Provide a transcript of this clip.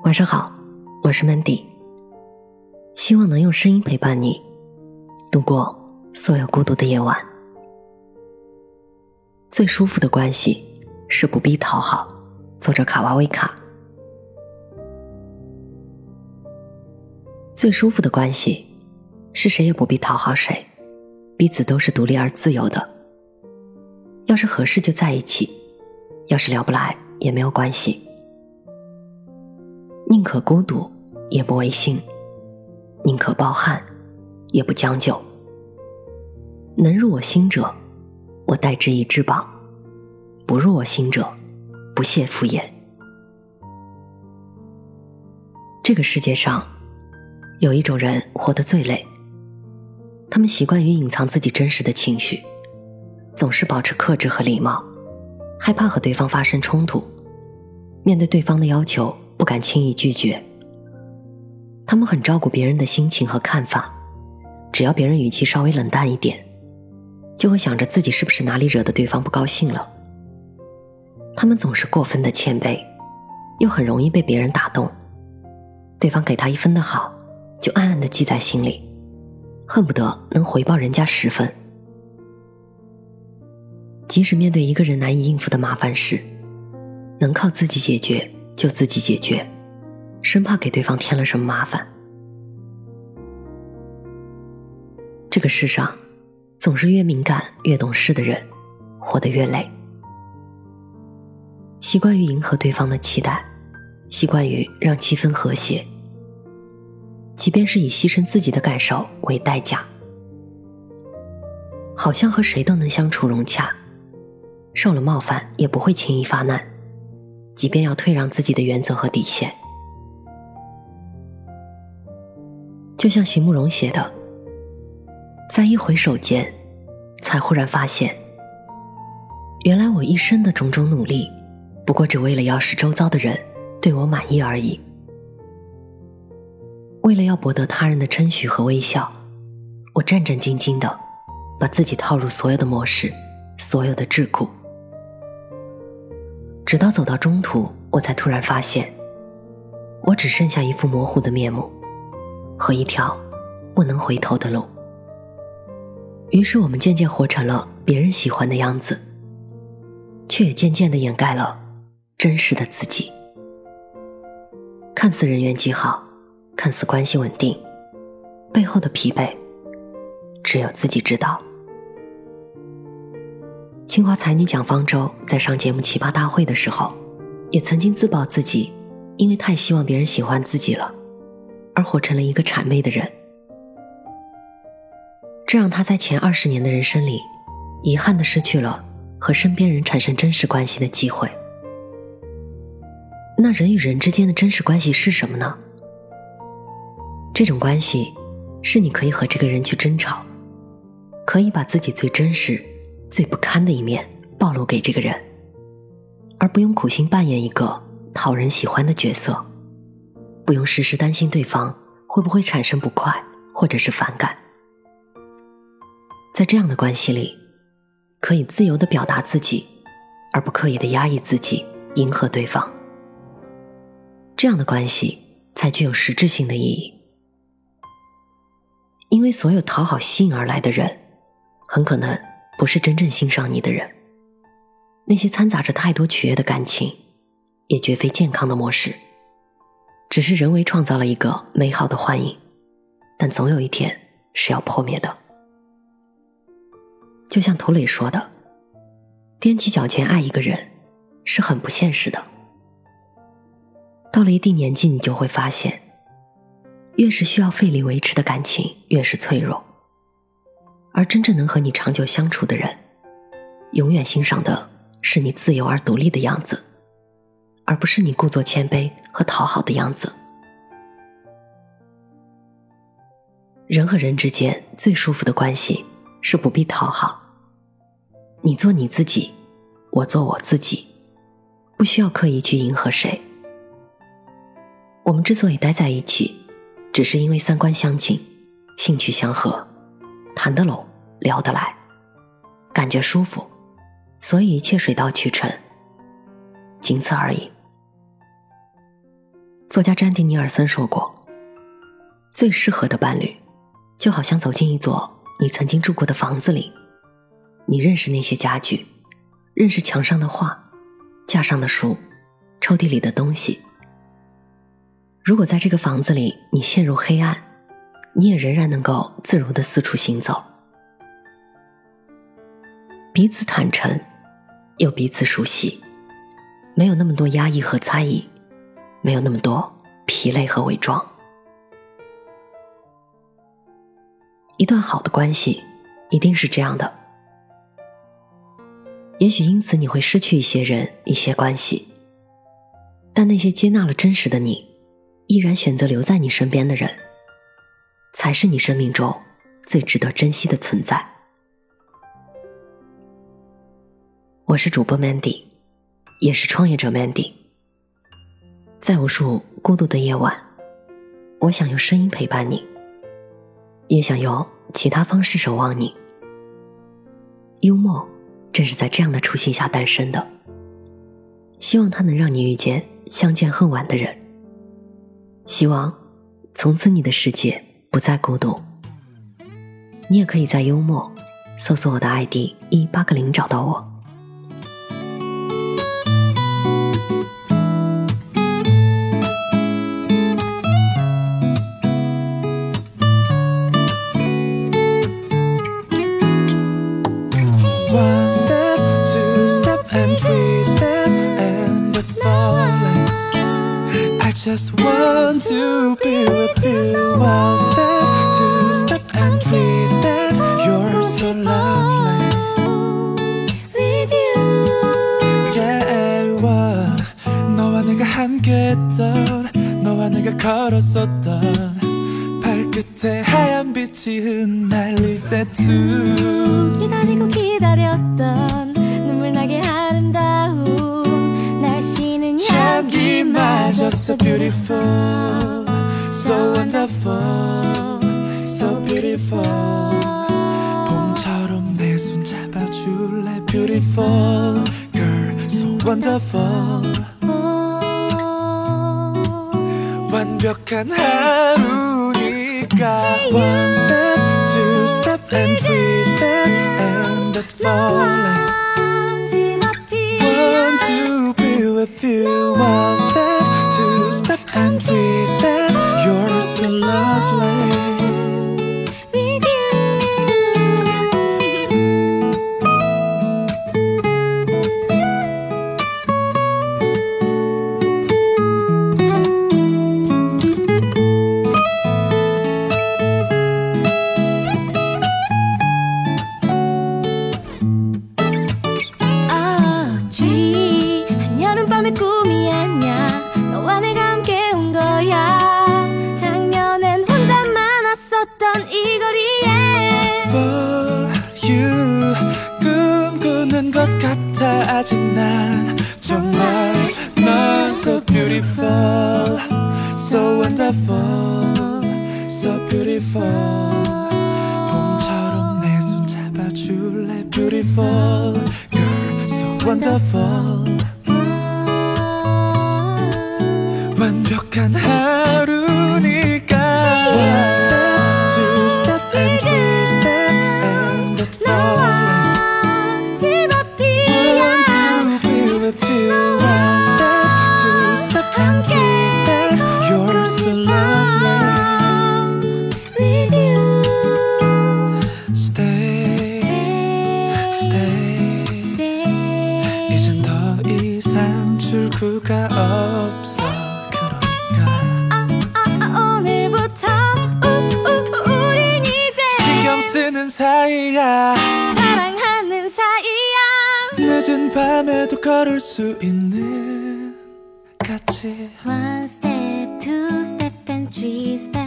晚上好，我是 Mandy， 希望能用声音陪伴你度过所有孤独的夜晚。最舒服的关系是不必讨好，作者卡瓦维卡。最舒服的关系是谁也不必讨好谁，彼此都是独立而自由的。要是合适就在一起，要是聊不来也没有关系。宁可孤独也不违心，宁可抱憾也不将就。能入我心者，我待之以至宝；不入我心者，不屑敷衍。这个世界上有一种人活得最累，他们习惯于隐藏自己真实的情绪，总是保持克制和礼貌，害怕和对方发生冲突，面对对方的要求不敢轻易拒绝。他们很照顾别人的心情和看法，只要别人语气稍微冷淡一点，就会想着自己是不是哪里惹得对方不高兴了。他们总是过分的谦卑，又很容易被别人打动，对方给他1分的好，就暗暗地记在心里，恨不得能回报人家10分。即使面对一个人难以应付的麻烦事，能靠自己解决就自己解决，生怕给对方添了什么麻烦。这个世上总是越敏感越懂事的人活得越累。习惯于迎合对方的期待，习惯于让气氛和谐，即便是以牺牲自己的感受为代价，好像和谁都能相处融洽，受了冒犯也不会轻易发难，即便要退让自己的原则和底线。就像席慕容写的，在一回首间，才忽然发现，原来我一生的种种努力，不过只为了要使周遭的人对我满意而已。为了要博得他人的称许和微笑，我战战兢兢地把自己套入所有的模式，所有的桎梏。直到走到中途，我才突然发现，我只剩下一副模糊的面目和一条不能回头的路。于是我们渐渐活成了别人喜欢的样子，却也渐渐地掩盖了真实的自己。看似人缘极好，看似关系稳定，背后的疲惫只有自己知道。清华才女蒋方舟在上节目奇葩大会的时候，也曾经自曝自己因为太希望别人喜欢自己了，而活成了一个谄媚的人。这让他在前20年的人生里，遗憾地失去了和身边人产生真实关系的机会。那人与人之间的真实关系是什么呢？这种关系是你可以和这个人去争吵，可以把自己最真实最不堪的一面暴露给这个人，而不用苦心扮演一个讨人喜欢的角色，不用时时担心对方会不会产生不快或者是反感。在这样的关系里，可以自由地表达自己，而不刻意地压抑自己，迎合对方。这样的关系才具有实质性的意义。因为所有讨好吸引而来的人，很可能不是真正欣赏你的人。那些掺杂着太多取悦的感情，也绝非健康的模式，只是人为创造了一个美好的幻影，但总有一天是要破灭的。就像涂磊说的，踮起脚尖爱一个人是很不现实的。到了一定年纪，你就会发现，越是需要费力维持的感情越是脆弱，而真正能和你长久相处的人，永远欣赏的是你自由而独立的样子，而不是你故作谦卑和讨好的样子。人和人之间最舒服的关系是不必讨好，你做你自己，我做我自己，不需要刻意去迎合谁。我们之所以待在一起，只是因为三观相近，兴趣相合，谈得拢，聊得来，感觉舒服，所以一切水到渠成，仅此而已。 作家詹蒂尼尔森说过，最适合的伴侣就好像走进一座你曾经住过的房子里，你认识那些家具，认识墙上的画，架上的书，抽屉里的东西。如果在这个房子里你陷入黑暗，你也仍然能够自如地四处行走。彼此坦诚，又彼此熟悉，没有那么多压抑和猜疑，没有那么多疲累和伪装。一段好的关系一定是这样的，也许因此你会失去一些人，一些关系，但那些接纳了真实的你，依然选择留在你身边的人，才是你生命中最值得珍惜的存在。我是主播 Mandy， 也是创业者 Mandy。 在无数孤独的夜晚，我想用声音陪伴你，也想用其他方式守望你。幽默正是在这样的初心下诞生的，希望它能让你遇见相见恨晚的人，希望从此你的世界不再孤独。你也可以在幽默搜索我的 ID 1800找到我。 One step, two step, and three step, and but falling. I just want to be with you. One step, two step, and three step. You're so lovely. With you, yeah. One. 너와 내가 함께했던, 너와 내가 걸었었던. 발끝에 하얀 빛이 흩날릴 때쯤 기다리고 기다렸던 눈물나게 아름다운 날씨는 향기마저 so beautiful, so wonderful, so beautiful. 봄처럼 내 손 잡아줄래 beautiful girl, so wonderful. 완벽한 하루니까 One step, two step, and three step, and that's falling. Want to be with you. One step, two step, and three step. You're so lovely. With you. 한여름밤의 꿈이 아냐 너와 내가 함께 온 거야 작년엔 혼자만 왔었던 이 거리에 For you 꿈꾸는 것 같아 아직 난 정말 넌 so beautiful, so wonderful, so beautiful. 봄처럼 내 손 잡아줄래 beautiful girl, so wonderful. 완벽한 하루니까 One step, two step, and three step, and that's falling. 집 앞이야 Want to be with you. One step, two step, and three step. You're so lovely. With you. Stay, stay. Stay. 이젠 더 이상 출구가 없어. 오늘부터 우린 이제 신경 쓰는 사이야. 사랑하는 사이야 늦은 밤에도 걸을 수 있는 같이 One step, two step, and three step